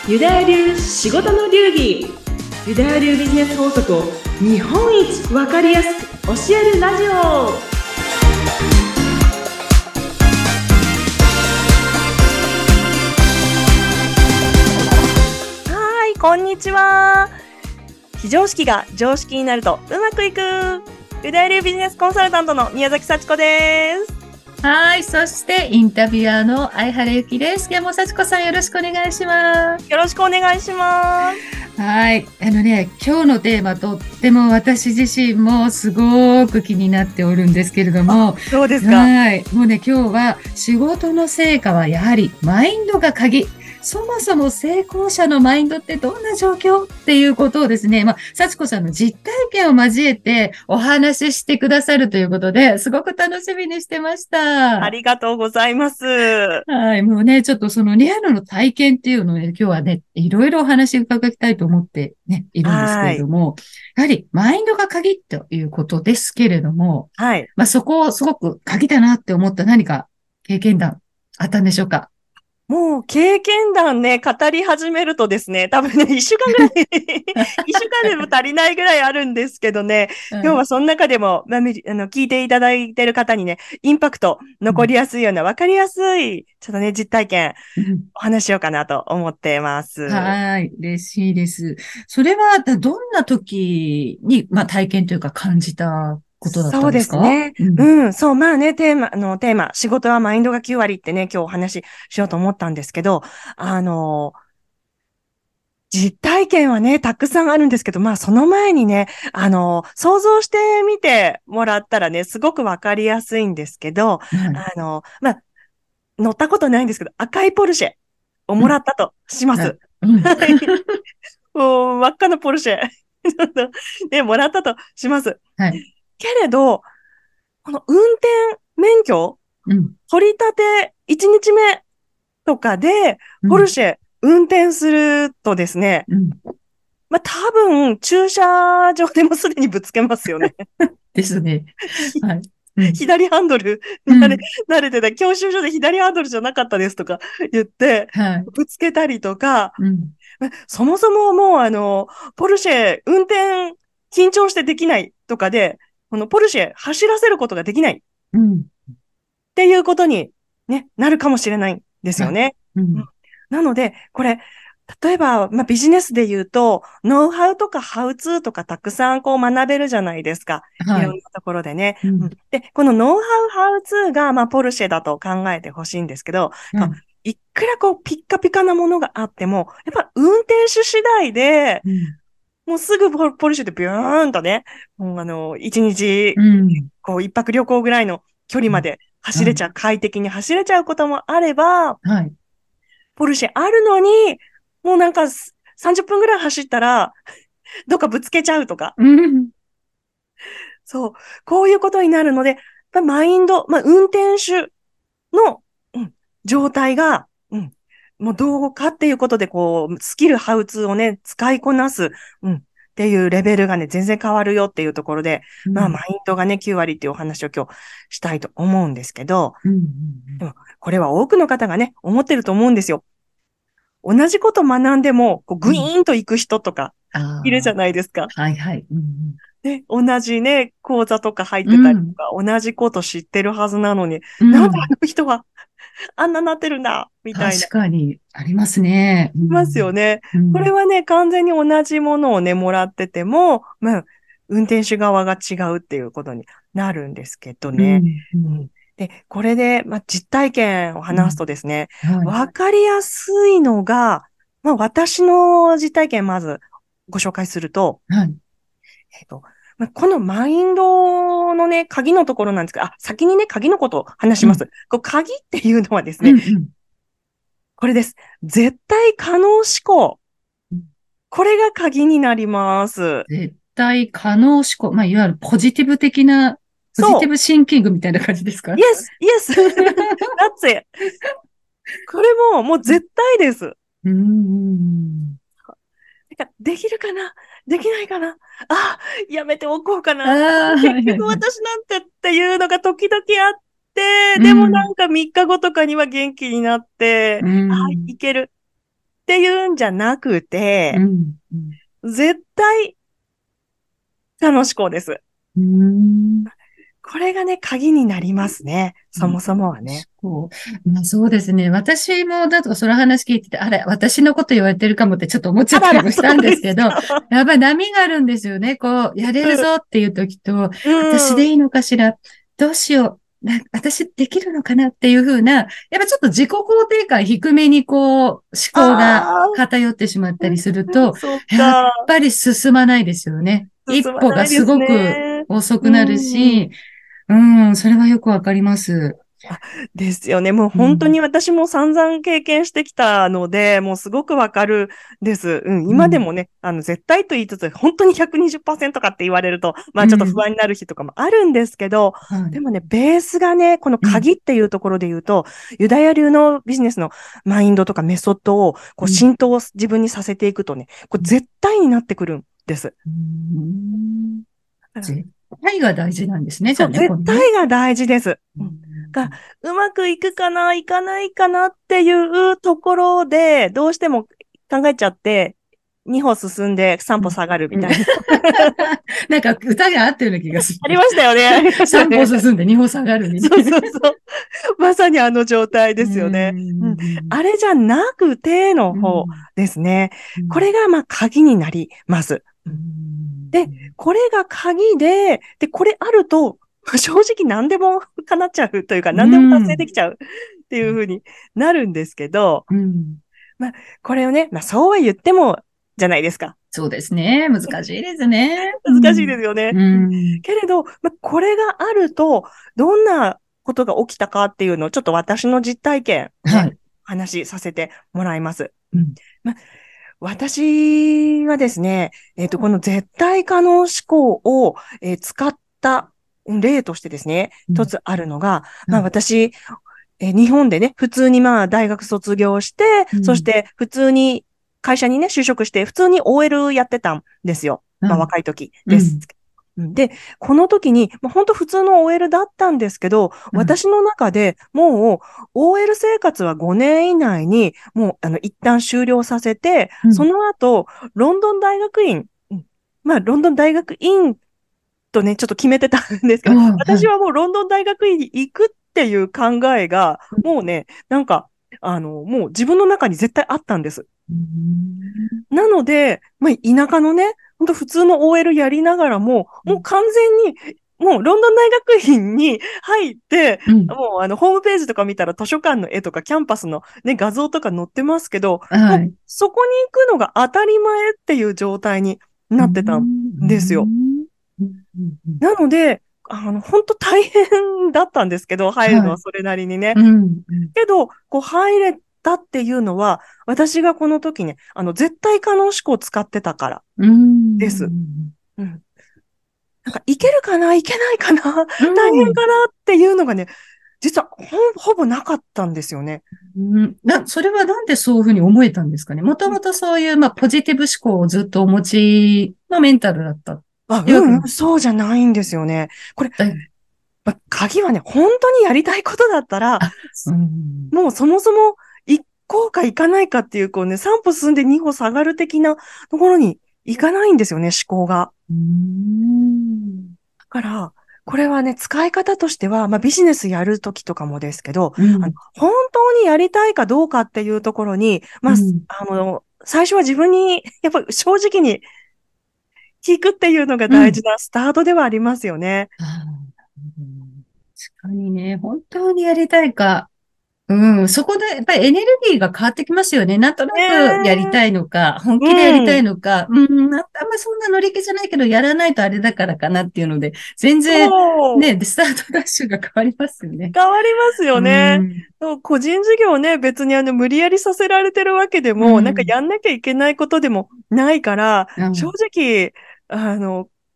ユダヤ流仕事の流儀、ユダヤ流ビジネス法則を日本一わかりやすく教えるラジオ。はい、こんにちは。非常識が常識になるとうまくいくユダヤ流ビジネスコンサルタントの宮崎幸子です。 はい。そして、インタビュアーの相原由紀です。今日も幸子さんよろしくお願いします。 よろしくお願いします。 はい。今日のテーマとっても私自身もすごく気になっておるんですけれども。 そうですか。 はい。もうね、今日は仕事の成果はやはりマインドが鍵。そもそも成功者のマインドってどんな状況っていうことをですね、幸子さんの実体験を交えてお話ししてくださるということで、すごく楽しみにしてました。 ありがとうございます。 はい、もうね、ちょっとそのリアルの体験っていうのをね、今日はね、いろいろお話伺いたいと思ってね、いるんですけれども、やはりマインドが鍵ということですけれども、 はい。 そこをすごく鍵だなって思った何か経験談あったんでしょうか？ もう経験談ね、語り始めるとですね、多分ね、一週間ぐらい一週間でも足りないぐらいあるんですけどね、 はい、 今日はその中でも、聞いていただいている方にね、インパクト残りやすいような、わかりやすい、ちょっとね、実体験、お話しようかなと思ってます。 はい、嬉しいです。それはどんな時に、体験というか感じたことだったそうでんですか？ すね。そう、テーマ、仕事はマインドが9割ってね、今日お話ししようと思ったんですけど、あの、実体験はね、たくさんあるんですけど、その前にね、想像してみてもらったらね、すごくわかりやすいんですけど、 はい。 乗ったことないんですけど、赤いポルシェをうん。 もらったとしまはい。 す。 うん。 はい。もう真っ赤なポルシェ。ね、もらったとします。 はい。 けれど、この運転免許うん。 取り立て1日目とかで、 うん。 ポルシェ運転するとですね、 うん。 多分、駐車場でもすでにぶつけますよね。 ですね。はい。うん。 左ハンドルうん。 慣れてた。教習所で左ハンドルじゃなかったですとか言って、 はい。 ぶつけたりとか、 うん。 そもそももうポルシェ運転緊張してできないとかで、このポルシェ走らせることができないっうん。 ていうことに、ね、なるかもしれないんですよあ、 ね。うん。 うん。 なので、これ、例えば、ビジネスで言うと、ノウハウとかハウツーとかたくさんこう学べるじゃないですか。いはい。 ろんなところでね。 うん。 うん。で、このノウハウ、ハウツーが、ポルシェだと考えてほしいんですけど、 はい。 いくらこう、ピッカピカなものがあっても、やっぱ運転手次第で、 うん。 もうすぐポルシェでビューンとね、もう一日、 うん。 こう、一泊旅行ぐらいの距離うん。 まで走はい。 れちゃう、快適に走れちゃうこともあれば、 はい。 ポルシェあるのに、もうなんか30分ぐらい走ったら、どっかぶつけちゃうとか。 うん。 そう。こういうことになるので、マインド、運転手の、状態が、もうどうかっていうことで、こう、スキル、ハウツーをね、使いこなす、っていうレベルがね、全然変わるよっていうところで、マインうん。 ドがね、9割っていうお話を今日したいと思うんですけど、 うん。 でも、これは多くの方がね、思ってると思うんですよ。同じこと学んでも、こうグイうん。 ーンと行く人とか、いるじゃあないですか。 あ、はいはい。うん。 ね、同じね、講座とか入っうてたりとん。 か、同じこと知ってるはずなのに、 うなんであん。 の人はあんななってるんだ、みたいな。 確かに、ありますね。ういますよん。 ね。 うん。 これはね、完全に同じものをね、もらってても、運転手側が違うっていうことになるんですけどね。 うん。うん。 うん。で、これで、実体験を話すうん。 とですね、 はい。 わかりやすいのが、私の実体験まずご紹介すると、 はい。 えっと、このマインドのね、鍵のところなんですけど、先にね、鍵のことを話しうん。 ます。鍵っていうのはですね、 うん。うん。 これです。絶対可能思考。これが鍵になります。 絶対可能思考。いわゆるポジティブ的な、ポジティそう。 ブシンキングみたいな感じですか？ Yes, yes. That's it. これもう絶対です。 うん。 できるかなできないかなやめておこうかあなあ、 結はいはいはい。 局私なんてっていうのが時々あって、でもなうん。 んか3日後とかには元気になって、 うん。 いける。 っていうんじゃなくて、絶対楽しこうです。これがね、鍵になりますね。そもそもはね。 まあ、そうですね。私も、だとその話聞いてて、あれ、私のこと言われてるかもってちょっと思っちゃったりもしたんですけど、やっぱり波があるんですよね。こう、やれるぞっていう時と、私でいいのかしら、どうしよう、私できるのかなっていうふうな、やっぱちょっと自己肯定感低めにこう、思考が偏ってしまったりすると、やっぱり進まないですよね。一歩がすごく遅くなるし、それはよくわかります。 ですよね。もう本当に私も散々経験してきたので、もうすごくわかるです。今でもね、絶対と言いつつ、本当に120%かって言われると、まあちょっと不安になる日とかもあるんですけど、でもね、ベースがね、この鍵っていうところで言うと、ユダヤ流のビジネスのマインドとかメソッドをこう浸透を自分にさせていくとね、これ絶対になってくるんです。 絶対が大事なんですね、じゃあね。 絶対が大事です。うまくいくかな、いかないかなっていうところで、どうしても考えちゃって、2歩進んで3歩下がるみたいな。 なんか歌が合ってるような気がする。 ありましたよね。 3歩進んで2歩下がるみたいな。 そう。まさにあの状態ですよね。あれじゃなくての方ですね。これがまあ鍵になります。で、これが鍵で、これあると、正直何でも叶っちゃうというか、何でも達成できちゃうっていう風になるんですけど、まあ、これをね、まあそうは言っても、じゃないですか。 そうですね。難しいですね。 難しいですよね。けれど、まあ、これがあると、どんなことが起きたかっていうのを、ちょっと私の実体験、話しさせてもらいます。まあ私はですね、この絶対可能思考を、使った例としてですね、一つあるのが、まあ私、日本でね、普通にまあ大学卒業して、そして普通に会社にね、就職して、普通に OL やってたんですよ。まあ若い時です。で、この時に、本当普通の OL だったんですけど、私の中でもう OL 生活は5年以内にもう一旦終了させて、その後、ロンドン大学院、まあロンドン大学院とね、ちょっと決めてたんですけど、私はもうロンドン大学院に行くっていう考えが、もうね、なんか、もう自分の中に絶対あったんです。なので、まあ、田舎のね、本当普通の OL やりながらも、もう完全に、もうロンドン大学院に入って、もうホームページとか見たら図書館の絵とかキャンパスのね、画像とか載ってますけど、もうそこに行くのが当たり前っていう状態になってたんですよ。なので、本当大変だったんですけど、入るのはそれなりにね。けど、こう入れたっていうのは、私がこの時ね、絶対可能思考を使ってたからです。なんか、いけるかないけないかな大変かなっていうのがね、実はほぼなかったんですよね。 それはなんでそういうふうに思えたんですかね。もともとそういう、まあ、ポジティブ思考をずっとお持ちのメンタルだった。 そうじゃないんですよね。これ、鍵はね、本当にやりたいことだったら、もうそもそも行こうか行かないかっていう、こうね、3歩進んで2歩下がる的なところに行かないんですよね、思考が。だから、これはね、使い方としては、まあビジネスやるときとかもですけど、本当にやりたいかどうかっていうところに、まあ、最初は自分に、やっぱり正直に聞くっていうのが大事なスタートではありますよね。 確かにね、本当にやりたいか。そこでやっぱりエネルギーが変わってきますよね。なんとなくやりたいのか、本気でやりたいのか、あんまそんな乗り気じゃないけど、やらないとあれだからかなっていうので、全然ね、スタートダッシュが変わりますよね。 変わりますよね。個人事業ね、別に無理やりさせられてるわけでも、なんかやんなきゃいけないことでもないから、正直、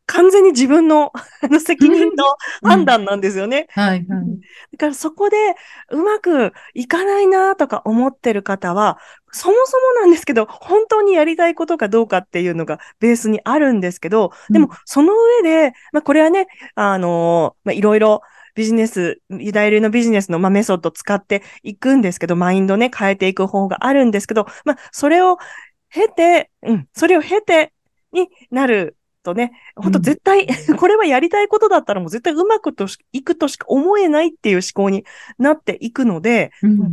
完全に自分の責任のうん。 判断なんですよね。 はい、はい。 うん。だからそこでうまくいかないなとか思ってる方は、そもそもなんですけど、本当にやりたいことかどうかっていうのがベースにあるんですけど、 うん。 でもその上で、これはね、いろいろビジネス、ユダヤ流のビジネスの、メソッドを使っていくんですけど、マインドね、変えていく方があるんですけど、それをそれを経てになるとね、本当うん。 絶対、これはやりたいことだったらもう絶対うまくいくとしか思えないっていう思考になっていくので、 うん。うん。うん。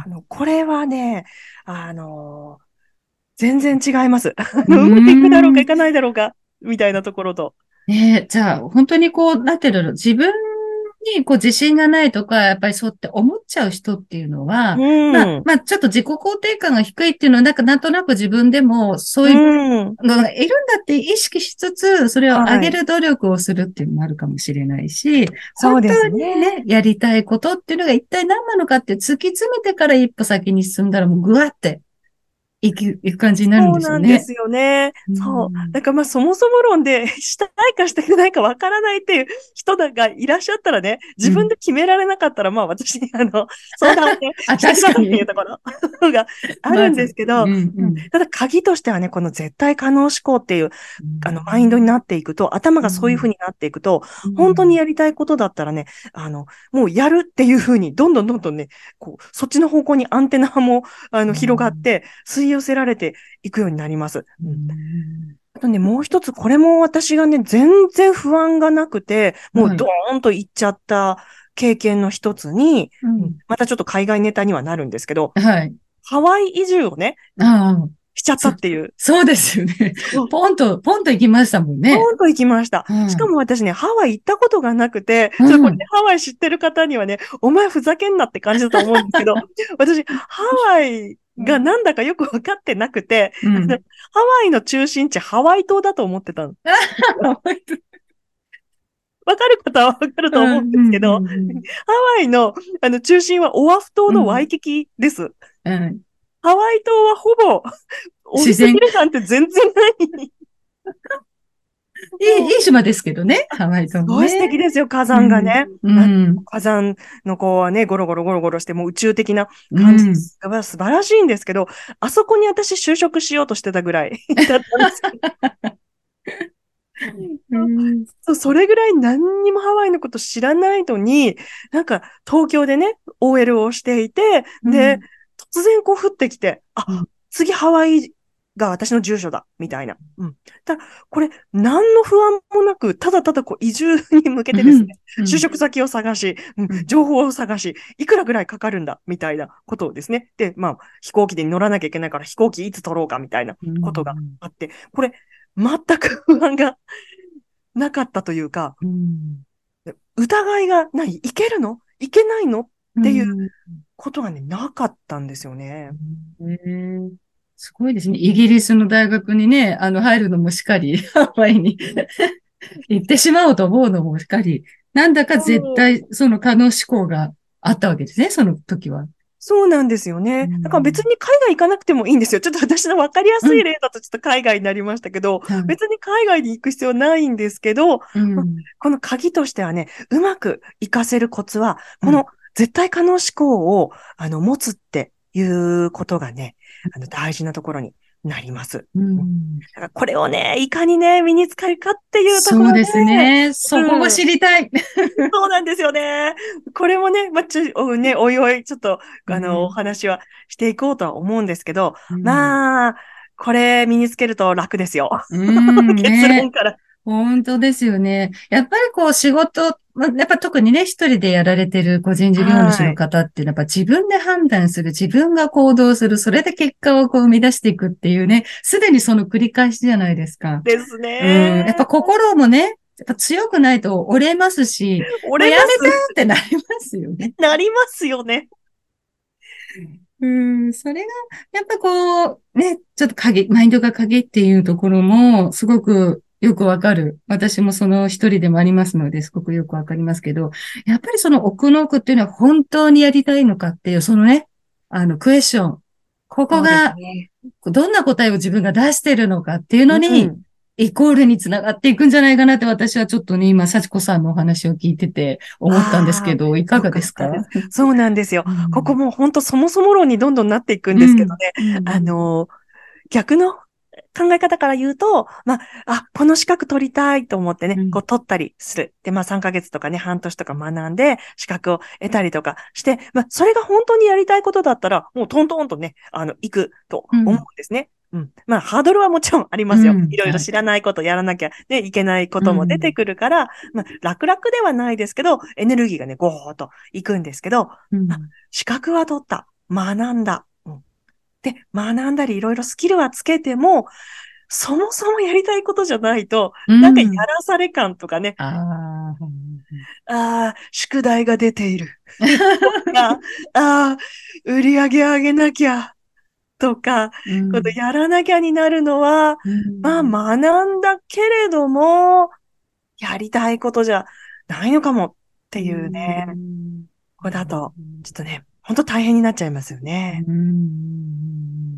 これはね、あの、全然違います。 ううまくいくだろうん。うーん。 かいかないだろうか、みたいなところと。 ねえ、じゃあ、本当にこう、なんていうんだろう、自分にこう自信がないとか、やっぱりそうって思っちゃう人っていうのは、 うん、 ちょっと自己肯定感が低いっていうのは、なんとなく自分でもそうういうん、 のがいるんだって意識しつつ、それを上はい。 げる努力をするっていうのもあるかもしれないし、本そうです当にね、 ね。 やりたいことっていうのが一体何なのかって突き詰めてから一歩先に進んだらもうぐわっていく感じになるんそうでしょうね。 なんですよね。 うそう。 ん。 なんかそもそも論でしたいかしたくないかわからないっていう人がいらっしゃったらね、自分うん。 で決められなかったら、私に相談をね、 あ、 してくださいっていう確かに。 ところがあるんですまず。 けど、 うん、うん。 ただ鍵としてはね、この絶対可能思考っていう、 うマインドにん。 なっていくと、頭がそういううん。 風になっていくと、 う本当にん。 やりたいことだったらね、もうやるっていう風に、どんどんどんどんね、そっちの方向にアンテナも、 う広がっん。 て、吸い寄せられていくようになります。 ううん。 ん。 あとね、もう一つ、これも私がね、全然不安がなくて、もうドはい。 ーンといっちゃった経験の一つに、 うん。 またちょっと海外ネタにはなるんですけど、 はい。 ハワイ移住をね、 ああ、 しちゃったっていう。 そうですよね。 そう、 ポンと行きましたもんね。 ドーンと行きました。しかはい。 も私ね、ハワイ行ったことがなくて、 うこれね、 ん。 ハワイ知ってる方にはね、お前ふざけんなって感じだと思うんですけど、私、ハワイがなんだかよくわかってなくて、 うん。 ハワイの中心地、ハワイ島だと思ってたの。わかる方はわかるうん、 と思うんでうん、 すけど、 うん、 ハワイの、中心はオアフ島うん。うん。 のワイキキです。 うん。 ハワイ島はほぼ降りすぎ自然。 るなんて全然ない。もう、 いい島ですけどね。ハワイ島すごい素もね。 敵ですよ、火うん。 山がね。 うん。 火山のこうね、ゴロゴロゴロゴロして、もう宇宙的なう感じでん。 す。素晴らしいんですけど、あそこに私就職しようとしてたぐらいだったんですけど、 うん。 そう、それぐらい何にもハワイのこと知らないのに、なんか東京でね、OL をしていて、で、 うん。 突然こう降ってきて、 うん。 次ハワイが私の住所だ、みたいな。うん。これ、何の不安もなく、ただただこう移住に向けてですね、 うん。うん。 就職先を探し、 うん。 情報を探し、いくらぐらいかかるんだ、みたいなことをですね。で、飛行機で乗らなきゃいけないから飛行機いつ取ろうか、みたいなうことがん。 あって、これ、全く不安がなかったというか、 うん。 疑いがない、いけるのいけないのっうていうん。 ことがね、なかったんですよね。 すごいですね。イギリスの大学にね、入るのもしかり、ハワイに行ってしまおうと思うのもしかり、なんだか絶対その可能思考があったわけですね、その時は。 そうなんですようね。だから別ん。 に海外行かなくてもいいんですよ。ちょっと私の分かりやすいうん。 例だとちょっと海外になりましたけど、 はい。 別に海外に行く必要ないんですけど、 うんこの鍵としてはね、うまく活かせるコツは、 うん。 この絶対可能思考を持つっていうことがね、大事なところになります。 ううん。 ん。 だからこれをね、いかにね、身につかるかっていうところで、 そうですね。そこもうん。 知りたい。 そうなんですよね。これもね、おいおい、ちょっと、おうん。 話はしていこうとは思うんですけど、 うん。 これ身につけると楽ですよ。 うん。 結論ね。 から。 本当ですよね。やっぱりこう仕事、やっぱ特にね、一人でやられてる個人事業主のはい。 方っていうのはやっぱ自分で判断する、自分が行動する、それで結果をこう生み出していくっていうね、すでにその繰り返しじゃないですか。 ですうん。やっね。 ぱ心もね、やっぱ強くないと折れますし、もう折れまやめたす。 ってなりますよね。 なりますよね。 うん、それが、やっぱこう、ね、ちょっとマインドが鍵っていうところも、すごくよくわかる。私もその一人でもありますので、すごくよくわかりますけど、やっぱりその奥の奥っていうのは本当にやりたいのかっていう、そのね、クエスチョン。ここそうですが、 ね。 どんな答えを自分が出してるのかっていうのに、 うん。 イコールにつながっていくんじゃないかなって私はちょっとね、今、幸子さんのお話を聞いてて思ったんですけああ、 ど、いかよがですか？ かったです。そうなんですよ。 うん。 ここも本当そもそも論にどんどんなっていくんうん。 ですけどね。 うん。 あの、逆の考え方から言うと、この資格取りたいと思ってね、こうん。 う取ったりする。で、3ヶ月とかね、半年とか学んで、資格を得たりとかして、それが本当にやりたいことだったら、もうトントンとね、行くと思うんうん。 ですね。うん。ハードルはもちろんありますよ。 うん。 いろいろはい。 知らないことやらなきゃね、いけないこうとも出てん。 くるから、楽々ではないですけど、エネルギーがね、ゴーっといくんですけど、資格は取った。学んだ。で、学んだりいろいろスキルはつけても、そもそもやりたいことじゃないと、 うなんかやん。 らされ感とかね、 ああ。 宿題が出ているとか、売り上げ上げなきゃとか、このうん。 やらなきゃになるのは、 うん。 学んだけれども、やりたいことじゃないのかもってういうね、 ん。 これだと、ちょっとね、本当大変になっちゃいますよね。 うん。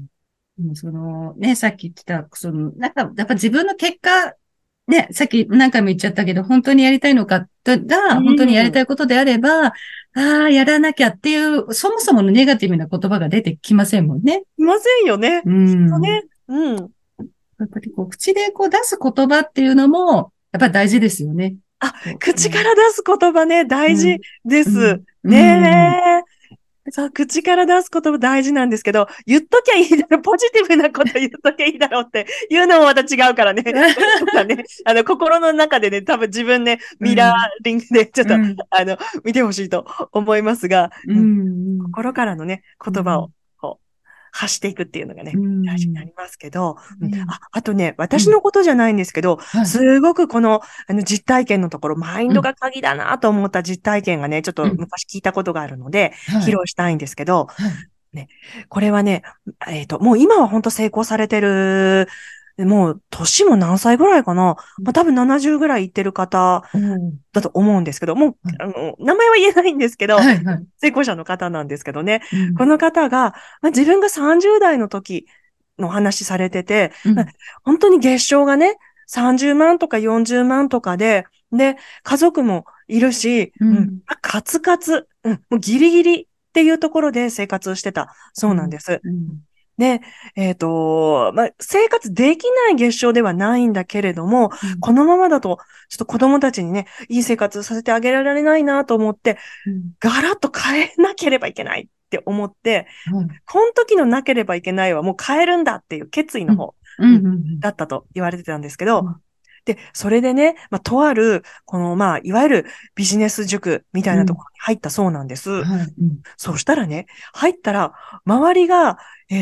でもその、ね、さっき言ってた、その、なんか、やっぱ自分の結果、ね、さっき何回も言っちゃったけど、本当にやりたいのかう本当にやりたん。 いことであれば、ああ、やらなきゃっていう、そもそものネガティブな言葉が出てきませんもんね。 いませんよね。 うきっとん。 ね。うん。 やっぱりこう、口でこう出す言葉っていうのも、やっぱり大事ですよね。こうね。 口から出す言葉ね、大事うん。 です。 うん。うねん。 え。そう、口から出す言葉大事なんですけど、言っときゃいいだろ、ポジティブなこと言っときゃいいだろうっていうのもまた違うからね。とかね、心の中でね、多分自分ね、ミラーうん。 リングでちょっと、 うん。 見てほしいと思いますが、 ううん、 ん。 心からのね、言葉を、 うん。 こう、発していくっていうのがうね、大事になん。 りますけど、 ね。 あとね、 うん。 私のことじゃないんですけど、 はい。 すごくこの、実体験のところ、マインうん。 ドが鍵だなと思った実体験がね、ちょっとうん。 昔聞いたことがあるので、 はい。 披露したいんですけど、 はい。 ね、これはね、もう今は本当成功されてる、もう年も何歳ぐらいかな。多分70ぐらいいってる方おー。 だと思うんですけど、もう、 はい。 名前は言えないんですけど、 はい。はい。 成功者の方なんですけどね。 うん。 この方が、自分が30代の時の話されてて、 うん。 本当に月賞がね、30万とか40万とかで、家族もいるし、カツカツ、もうギリギリっていうところで生活してたそうなんうん。 です。 うん。 で、生活できない月賞ではないんだけれども、 うん。 このままだと、ちょっと子供たちにね、いい生活させてあげられないなと思って、 うん。 ガラッと変えなければいけないって思って、 はい。 この時のなければいけないはもう変えるんだっていう決意うん。 の方、 うん。うん。 だったと言われてたんですけど、 うん。 で、それでね、とある、この、いわゆるビジネス塾みたいうん。 なところに入ったそうなんです。 はい。うん。 そうしたらね、入ったら、周りが、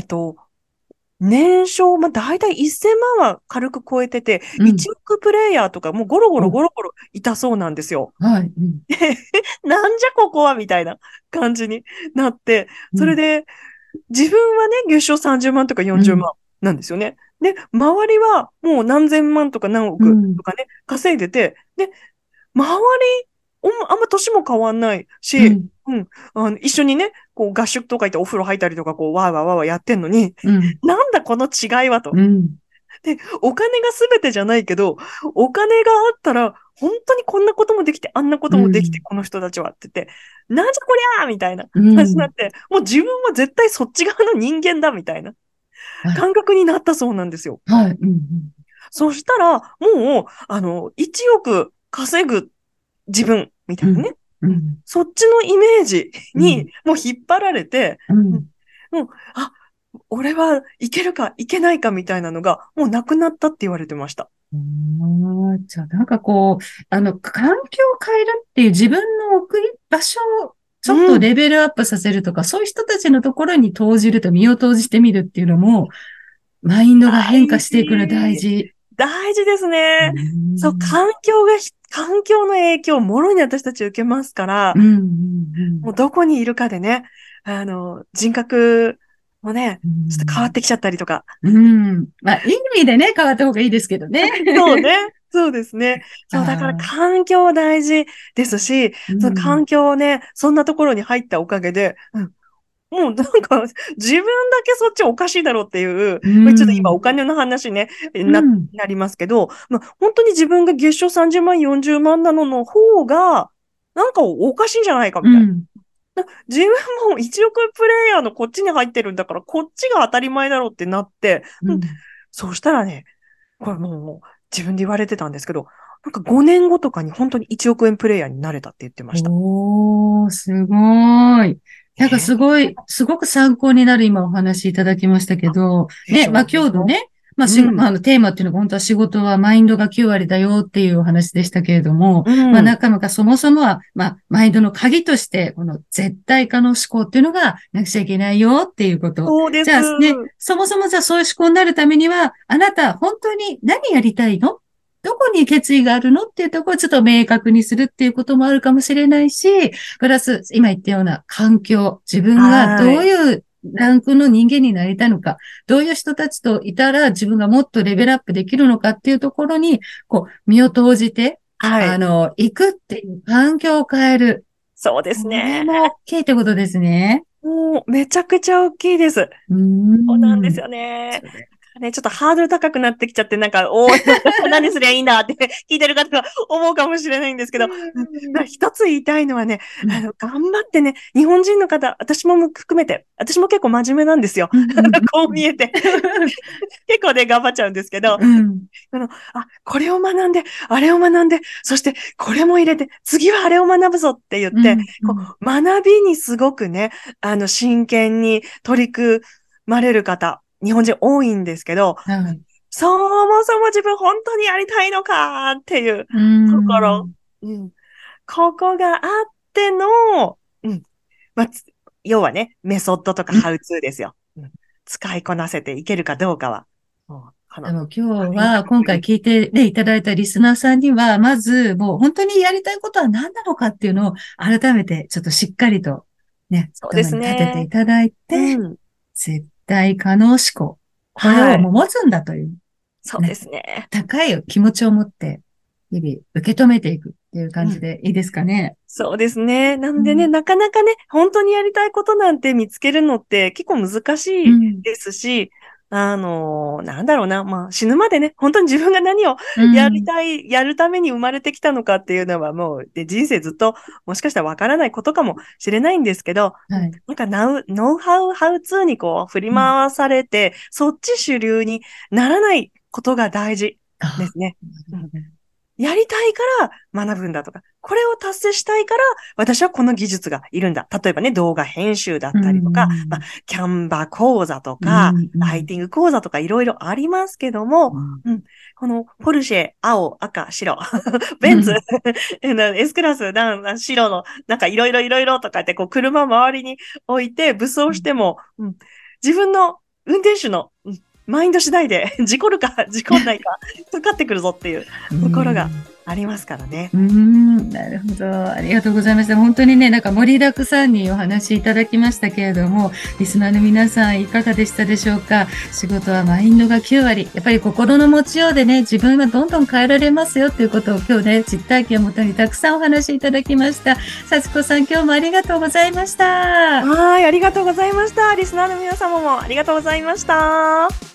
年商、大体1000万は軽く超えてて、 うん。 1億プレイヤーとかもうゴロゴロお、 ゴロゴロいたそうなんですよ。 はい。うん。 なんじゃここはみたいな感じになって、 うん。 それで、自分はね、月賞30万とか40 うん。 万なんですよね。で、周りはもう何千万とか何うん。 億とかね、稼いでて、で、周り、あんま年も変わんないし、 うん。 一緒にね、こう合宿とか行ってお風呂入ったりとか、こう、わーわーわーわーやってんのに、 うん。 なんだこの違いはと。 うん。 で、お金が全てじゃないけど、お金があったら、本当にこんなこともできて、あんなこともできて、 うん。 この人たちはって言って、なんじゃこりゃーみたいなう感じになっん。 て、もう自分は絶対そっち側の人間だみたいなはい。 感覚になったそうなんですよ。 はい。うん。 そしたら、もう、1億稼ぐ自分みたうん。 いなね。 うん。 そっちのイメージにうん。 もう引っ張られて、うん、 うん。 もう、俺はいけるかいけないかみたいなのがもうなくなったって言われてました。 じゃあ、なんかこう、環境を変えるっていう自分の置く場所をちょっとうん。 レベルアップさせるとか、そういう人たちのところに投じると、身を投じてみるっていうのも、マインドが変化大していくの大事。 事。 大事ですうね。そう、 ん。 環境の影響をもろに私たち受けますから、 うん。うん。 もうどこにいるかでね、人格もね、 うちょっと変わっん。 てきちゃったりとか。 うん。まあ、いい意味でね、変わった方がいいですけどね。 そうね。そうですね。そう、だからああ。 環境大事ですし、そのうん。 環境をね、そんなところに入ったおかげで、 もうなんか、自分だけそっちおかしいだろうっていう、 うまあちょっと今おん。 金の話ね、 うん。 なりますけど、まあ、本当に自分が月賞30万、40万なのの方が、なんかおかしいんじゃないかみたいうん。 な。自分も1億円プレイヤーのこっちに入ってるんだから、こっちが当たり前だろうってなって、そうしたらね、これもう自分で言われてたんですけど、なんか5年後とかに本当に1億円プレイヤーになれたって言ってました。 おー、すごい。なんかえーすごく参考になる今お話いただきましたけど、ね、 でしょ今日のね、 うん。 テーマっていうのが本当は仕事はマインドが9割だよっていうお話でしたけれども、 うん。 なかなかそもそもは、マインドの鍵として、この絶対化の思考っていうのがなくちゃいけないよっていうこと。 そうです。 じゃあね、そもそもじゃあそういう思考になるためには、あなた本当に何やりたいの？どこに決意があるのっていうところをちょっと明確にするっていうこともあるかもしれないし、プラス、今言ったような環境、自分がどはい。 ういうランクの人間になりたいのか、どういう人たちといたら自分がもっとレベルアップできるのかっていうところに、身を投じて、 はい。 行くっていう環境を変える。 そうですこれね。 も大きいってことですね。 もうめちゃくちゃ大きいです。 うーそうなんですん。 よね。 それ。 ね、ちょっとハードル高くなってきちゃって、なんか、何すりゃいいんだって聞いてる方が思うかもしれないんですけど、一つ言いたいのはね、 うん。 頑張ってね、日本人の方、私も含めて、私も結構真面目なんですよ。 うん。うん。 こう見えて。結構ね、頑張っちゃうんですけど、 うん。 これを学んで、あれを学んで、そしてこれも入れて、次はあれを学ぶぞって言って、 うん。うん。 学びにすごくね、真剣に取り組まれる方、日本人多いんですけど、 はい。 そもそも自分本当にやりたいのかっていううーところ、 ん。 うん、ここがあっての、うん、まあ、要はね、メソッドとかハウツーですよ。使いこなせていけるかどうかは、もうこの、 でも今日マインドは、今回が鍵。 聞いて、ね、いただいたリスナーさんには、まず、もう本当にやりたいことは何なのかっていうのを改めてちょっとしっかりとね、 そうです頭に立ててね。 いただいて、 うん。 絶対可能思考。これはい。 をもう持つんだという、 そうでね、 すね。 高い気持ちを持って、日々受け止めていくっていう感じうん。 でいいですかね。 そうですね。なんでね、 うん。 なかなかね、本当にやりたいことなんて見つけるのって結構難しいうん。 ですし、なんだろうな、まあ死ぬまでね、本当に自分が何をうやりん。 たい、やるために生まれてきたのかっていうのはもう、人生ずっともしかしたらわからないことかもしれないんですけど、 はい。 なんかノウハウ、ハウツーにこう振りうん。 回されて、そっち主流にならないことが大事であ、 すね。 なるうんほど。 やりたいから学ぶんだとか、これを達成したいから私はこの技術がいるんだ。例えばね、動画編集だっうたりとか、まあ、 ん。 キャンバ講座とうか、 ん。うん。 ライティング講座とかいろいろありますけども、 うん。 うん、このポルシェ、青、赤、白、ベンツ、 うん。 S クラス、白の、なんかいろいろとかってこう車周りに置いて武装しても、自分の運転手の、マインド次第で事故るか事故んないかかかってくるぞっていううところがん。 ありますからね。 なるほど。ありがとうございました。本当にね、なんか盛りだくさんにお話しいただきましたけれども、リスナーの皆さんいかがでしたでしょうか？仕事はマインドが9割。やっぱり心の持ちようでね、自分はどんどん変えられますよっていうことを今日ね、実体験をもとにたくさんお話しいただきました。幸子さん、今日もありがとうございました。 はい、ありがとうございました。リスナーの皆様もありがとうございました。